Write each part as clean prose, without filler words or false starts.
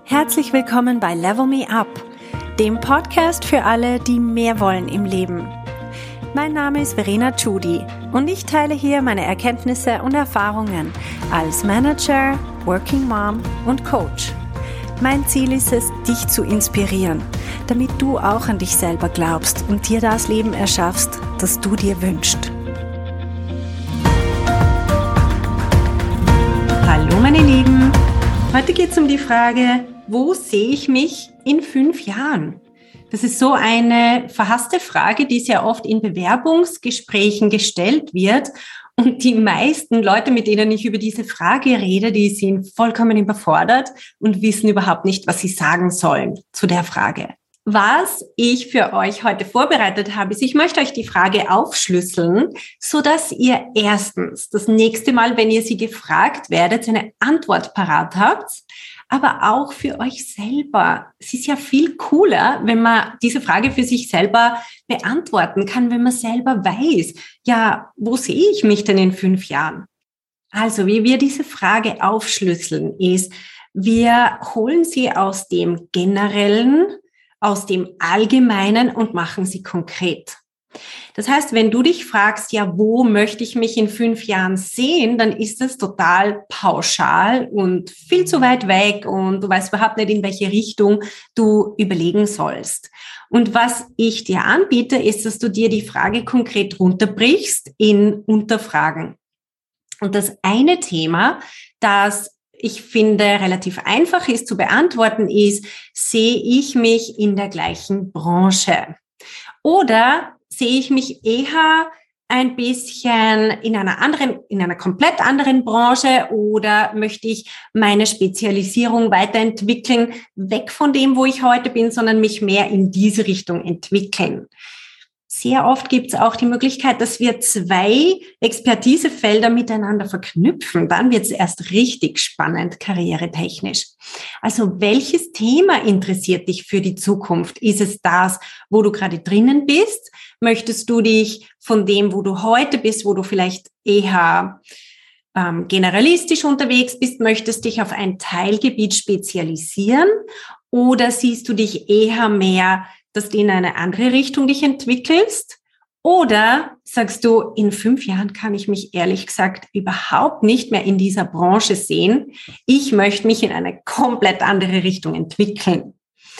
Herzlich willkommen bei Level Me Up, dem Podcast für alle, die mehr wollen im Leben. Mein Name ist Verena Tschudi und ich teile hier meine Erkenntnisse und Erfahrungen als Manager, Working Mom und Coach. Mein Ziel ist es, dich zu inspirieren, damit du auch an dich selber glaubst und dir das Leben erschaffst, das du dir wünschst. Hallo meine Lieben, heute geht es um die Frage, wo sehe ich mich in 5 Jahren? Das ist so eine verhasste Frage, die sehr oft in Bewerbungsgesprächen gestellt wird. Und die meisten Leute, mit denen ich über diese Frage rede, die sind vollkommen überfordert und wissen überhaupt nicht, was sie sagen sollen zu der Frage. Was ich für euch heute vorbereitet habe, ist, ich möchte euch die Frage aufschlüsseln, sodass ihr erstens das nächste Mal, wenn ihr sie gefragt werdet, eine Antwort parat habt, aber auch für euch selber. Es ist ja viel cooler, wenn man diese Frage für sich selber beantworten kann, wenn man selber weiß, ja, wo sehe ich mich denn in 5 Jahren? Also, wie wir diese Frage aufschlüsseln, ist, wir holen sie aus dem Generellen, aus dem Allgemeinen und machen sie konkret. Das heißt, wenn du dich fragst, ja, wo möchte ich mich in 5 Jahren sehen, dann ist das total pauschal und viel zu weit weg und du weißt überhaupt nicht, in welche Richtung du überlegen sollst. Und was ich dir anbiete, ist, dass du dir die Frage konkret runterbrichst in Unterfragen. Und das eine Thema, das ich finde relativ einfach ist zu beantworten, ist, sehe ich mich in der gleichen Branche? Oder sehe ich mich eher ein bisschen in einer komplett anderen Branche oder möchte ich meine Spezialisierung weiterentwickeln, weg von dem, wo ich heute bin, sondern mich mehr in diese Richtung entwickeln? Sehr oft gibt es auch die Möglichkeit, dass wir 2 Expertisefelder miteinander verknüpfen. Dann wird es erst richtig spannend, karrieretechnisch. Also welches Thema interessiert dich für die Zukunft? Ist es das, wo du gerade drinnen bist? Möchtest du dich von dem, wo du heute bist, wo du vielleicht eher generalistisch unterwegs bist, möchtest dich auf ein Teilgebiet spezialisieren? Oder siehst du dich eher mehr, dass du in eine andere Richtung dich entwickelst? Oder sagst du, in 5 Jahren kann ich mich ehrlich gesagt überhaupt nicht mehr in dieser Branche sehen. Ich möchte mich in eine komplett andere Richtung entwickeln.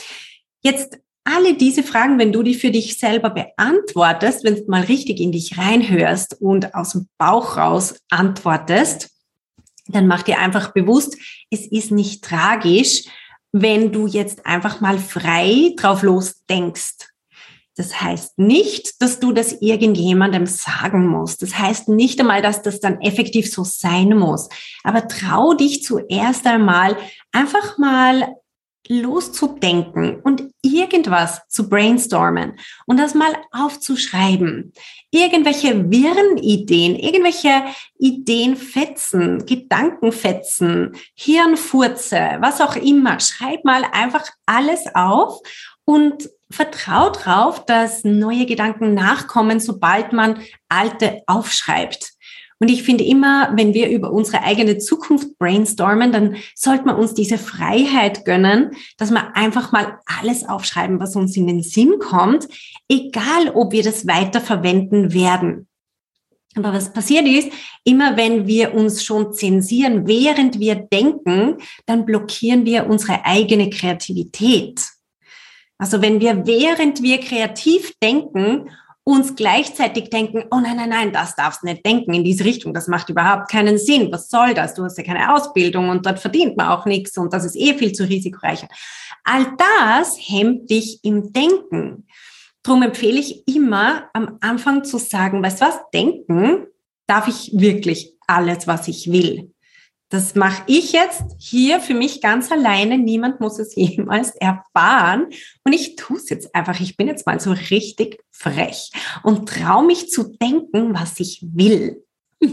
Jetzt alle diese Fragen, wenn du die für dich selber beantwortest, wenn du mal richtig in dich reinhörst und aus dem Bauch raus antwortest, dann mach dir einfach bewusst, es ist nicht tragisch, wenn du jetzt einfach mal frei drauf los denkst. Das heißt nicht, dass du das irgendjemandem sagen musst. Das heißt nicht einmal, dass das dann effektiv so sein muss. Aber trau dich zuerst einmal, einfach mal loszudenken und irgendwas zu brainstormen und das mal aufzuschreiben. Irgendwelche wirren Ideen, irgendwelche Ideenfetzen, Gedankenfetzen, Hirnfurze, was auch immer. Schreib mal einfach alles auf und vertrau drauf, dass neue Gedanken nachkommen, sobald man alte aufschreibt. Und ich finde immer, wenn wir über unsere eigene Zukunft brainstormen, dann sollte man uns diese Freiheit gönnen, dass wir einfach mal alles aufschreiben, was uns in den Sinn kommt, egal ob wir das weiterverwenden werden. Aber was passiert ist, immer wenn wir uns schon zensieren, während wir denken, dann blockieren wir unsere eigene Kreativität. Also wenn wir, während wir kreativ denken, uns gleichzeitig denken, oh nein, das darfst du nicht denken in diese Richtung, das macht überhaupt keinen Sinn, was soll das, du hast ja keine Ausbildung und dort verdient man auch nichts und das ist viel zu risikoreich. All das hemmt dich im Denken. Darum empfehle ich immer am Anfang zu sagen, weißt du was, denken darf ich wirklich alles, was ich will. Das mache ich jetzt hier für mich ganz alleine. Niemand muss es jemals erfahren. Und ich tue es jetzt einfach. Ich bin jetzt mal so richtig frech und traue mich zu denken, was ich will.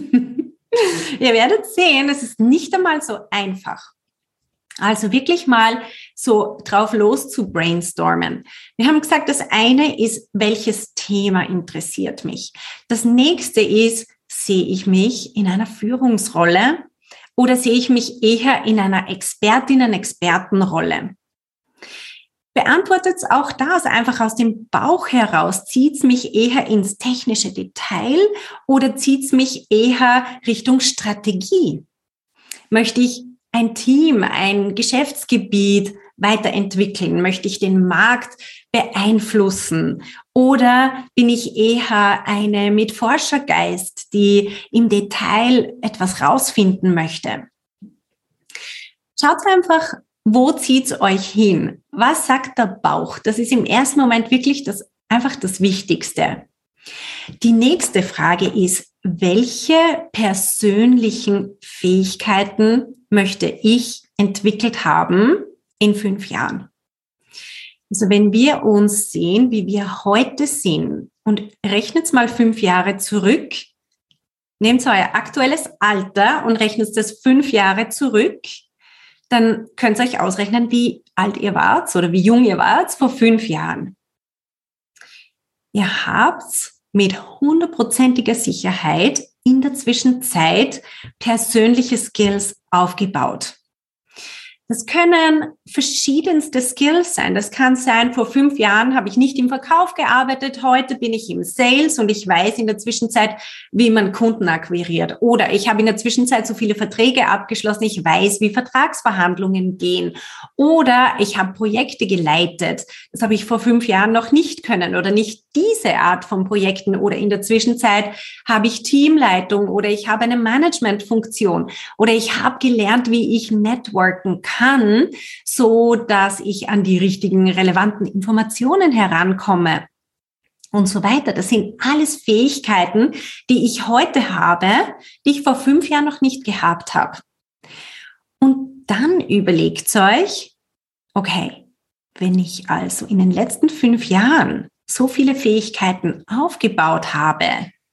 Ihr werdet sehen, es ist nicht einmal so einfach. Also wirklich mal so drauf los zu brainstormen. Wir haben gesagt, das eine ist, welches Thema interessiert mich? Das nächste ist, sehe ich mich in einer Führungsrolle oder sehe ich mich eher in einer Expertinnen-Expertenrolle? Beantwortet es auch das einfach aus dem Bauch heraus. Zieht es mich eher ins technische Detail oder zieht es mich eher Richtung Strategie? Möchte ich ein Team, ein Geschäftsgebiet weiterentwickeln? Möchte ich den Markt beeinflussen? Oder bin ich eher eine mit Forschergeist, die im Detail etwas rausfinden möchte? Schaut einfach, wo zieht's euch hin? Was sagt der Bauch? Das ist im ersten Moment wirklich einfach das Wichtigste. Die nächste Frage ist, welche persönlichen Fähigkeiten möchte ich entwickelt haben in 5 Jahren? Also wenn wir uns sehen, wie wir heute sind und rechnet mal 5 Jahre zurück, nehmt euer aktuelles Alter und rechnet das 5 Jahre zurück, dann könnt ihr euch ausrechnen, wie alt ihr wart oder wie jung ihr wart vor 5 Jahren. Ihr habt mit 100%iger Sicherheit in der Zwischenzeit persönliche Skills aufgebaut. Das können verschiedenste Skills sein. Das kann sein, vor 5 Jahren habe ich nicht im Verkauf gearbeitet, heute bin ich im Sales und ich weiß in der Zwischenzeit, wie man Kunden akquiriert. Oder ich habe in der Zwischenzeit so viele Verträge abgeschlossen, ich weiß, wie Vertragsverhandlungen gehen. Oder ich habe Projekte geleitet. Das habe ich vor 5 Jahren noch nicht können oder nicht diese Art von Projekten. Oder in der Zwischenzeit habe ich Teamleitung oder ich habe eine Managementfunktion oder ich habe gelernt, wie ich networken kann, so dass ich an die richtigen relevanten Informationen herankomme und so weiter. Das sind alles Fähigkeiten, die ich heute habe, die ich vor 5 Jahren noch nicht gehabt habe. Und dann überlegt euch, okay, wenn ich also in den letzten 5 Jahren so viele Fähigkeiten aufgebaut habe,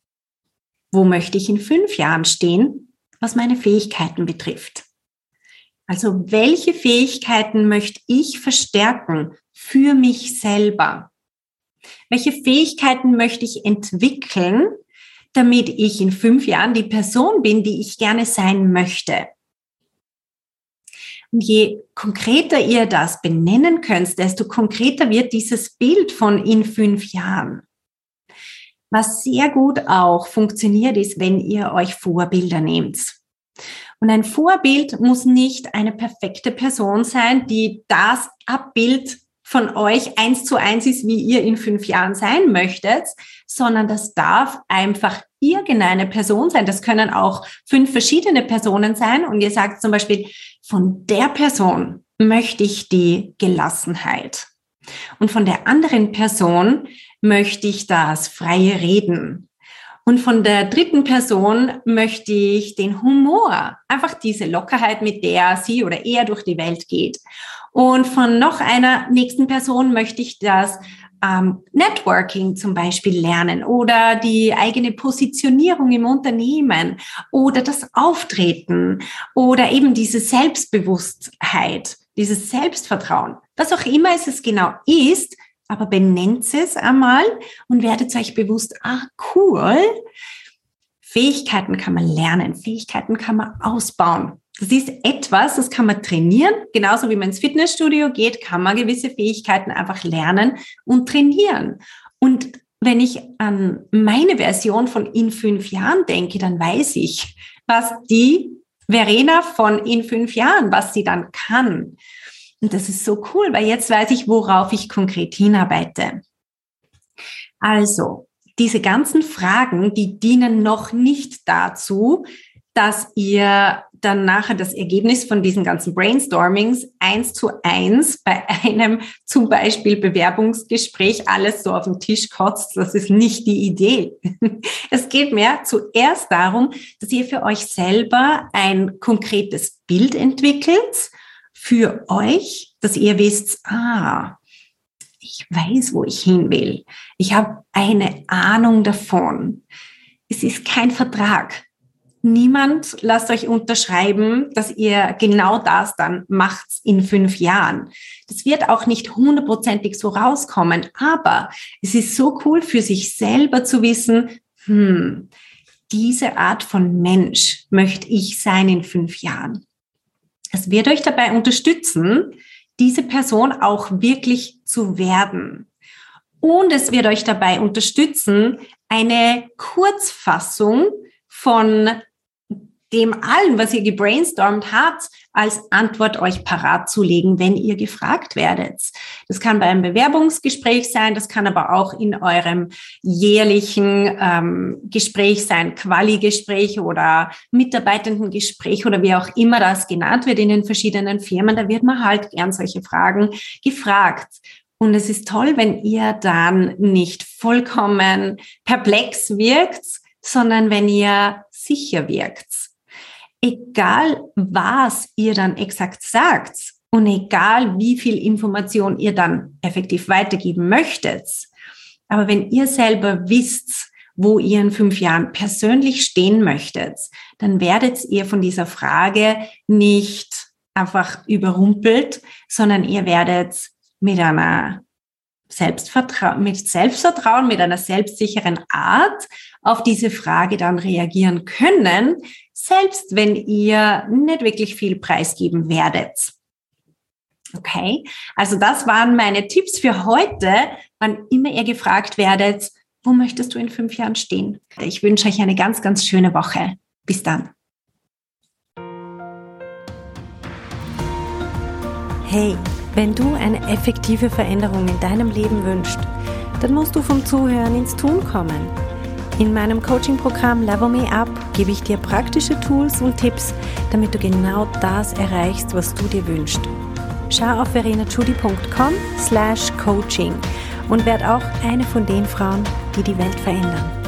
wo möchte ich in 5 Jahren stehen, was meine Fähigkeiten betrifft? Also welche Fähigkeiten möchte ich verstärken für mich selber? Welche Fähigkeiten möchte ich entwickeln, damit ich in 5 Jahren die Person bin, die ich gerne sein möchte? Und je konkreter ihr das benennen könnt, desto konkreter wird dieses Bild von in 5 Jahren. Was sehr gut auch funktioniert, ist, wenn ihr euch Vorbilder nehmt. Und ein Vorbild muss nicht eine perfekte Person sein, die das Abbild von euch 1:1 ist, wie ihr in 5 Jahren sein möchtet, sondern das darf einfach irgendeine Person sein. Das können auch 5 verschiedene Personen sein. Und ihr sagt zum Beispiel, von der Person möchte ich die Gelassenheit. Und von der anderen Person möchte ich das freie Reden. Und von der dritten Person möchte ich den Humor, einfach diese Lockerheit, mit der sie oder er durch die Welt geht. Und von noch einer nächsten Person möchte ich das Networking zum Beispiel lernen oder die eigene Positionierung im Unternehmen oder das Auftreten oder eben diese Selbstbewusstheit, dieses Selbstvertrauen. Was auch immer es genau ist, aber benennt es einmal und werdet euch bewusst, cool, Fähigkeiten kann man lernen, Fähigkeiten kann man ausbauen. Das ist etwas, das kann man trainieren. Genauso wie man ins Fitnessstudio geht, kann man gewisse Fähigkeiten einfach lernen und trainieren. Und wenn ich an meine Version von in 5 Jahren denke, dann weiß ich, was die Verena von in 5 Jahren, was sie dann kann. Und das ist so cool, weil jetzt weiß ich, worauf ich konkret hinarbeite. Also, diese ganzen Fragen, die dienen noch nicht dazu, dass ihr dann nachher das Ergebnis von diesen ganzen Brainstormings 1:1 bei einem zum Beispiel Bewerbungsgespräch alles so auf den Tisch kotzt. Das ist nicht die Idee. Es geht mehr zuerst darum, dass ihr für euch selber ein konkretes Bild entwickelt für euch, dass ihr wisst, ich weiß, wo ich hin will. Ich habe eine Ahnung davon. Es ist kein Vertrag. Niemand lasst euch unterschreiben, dass ihr genau das dann macht in 5 Jahren. Das wird auch nicht 100%ig so rauskommen, aber es ist so cool für sich selber zu wissen, diese Art von Mensch möchte ich sein in 5 Jahren. Es wird euch dabei unterstützen, diese Person auch wirklich zu werden. Und es wird euch dabei unterstützen, eine Kurzfassung von dem allen, was ihr gebrainstormt habt, als Antwort euch parat zu legen, wenn ihr gefragt werdet. Das kann bei einem Bewerbungsgespräch sein, das kann aber auch in eurem jährlichen Gespräch sein, Quali-Gespräch oder Mitarbeitendengespräch oder wie auch immer das genannt wird in den verschiedenen Firmen. Da wird man halt gern solche Fragen gefragt. Und es ist toll, wenn ihr dann nicht vollkommen perplex wirkt, sondern wenn ihr sicher wirkt. Egal, was ihr dann exakt sagt und egal, wie viel Information ihr dann effektiv weitergeben möchtet, aber wenn ihr selber wisst, wo ihr in 5 Jahren persönlich stehen möchtet, dann werdet ihr von dieser Frage nicht einfach überrumpelt, sondern ihr werdet mit Selbstvertrauen, mit einer selbstsicheren Art auf diese Frage dann reagieren können, selbst wenn ihr nicht wirklich viel preisgeben werdet. Okay, also das waren meine Tipps für heute, wann immer ihr gefragt werdet, wo möchtest du in 5 Jahren stehen? Ich wünsche euch eine ganz, ganz schöne Woche. Bis dann. Hey, wenn du eine effektive Veränderung in deinem Leben wünschst, dann musst du vom Zuhören ins Tun kommen. In meinem Coaching-Programm Level Me Up gebe ich dir praktische Tools und Tipps, damit du genau das erreichst, was du dir wünschst. Schau auf verenachudi.com/coaching und werd auch eine von den Frauen, die die Welt verändern.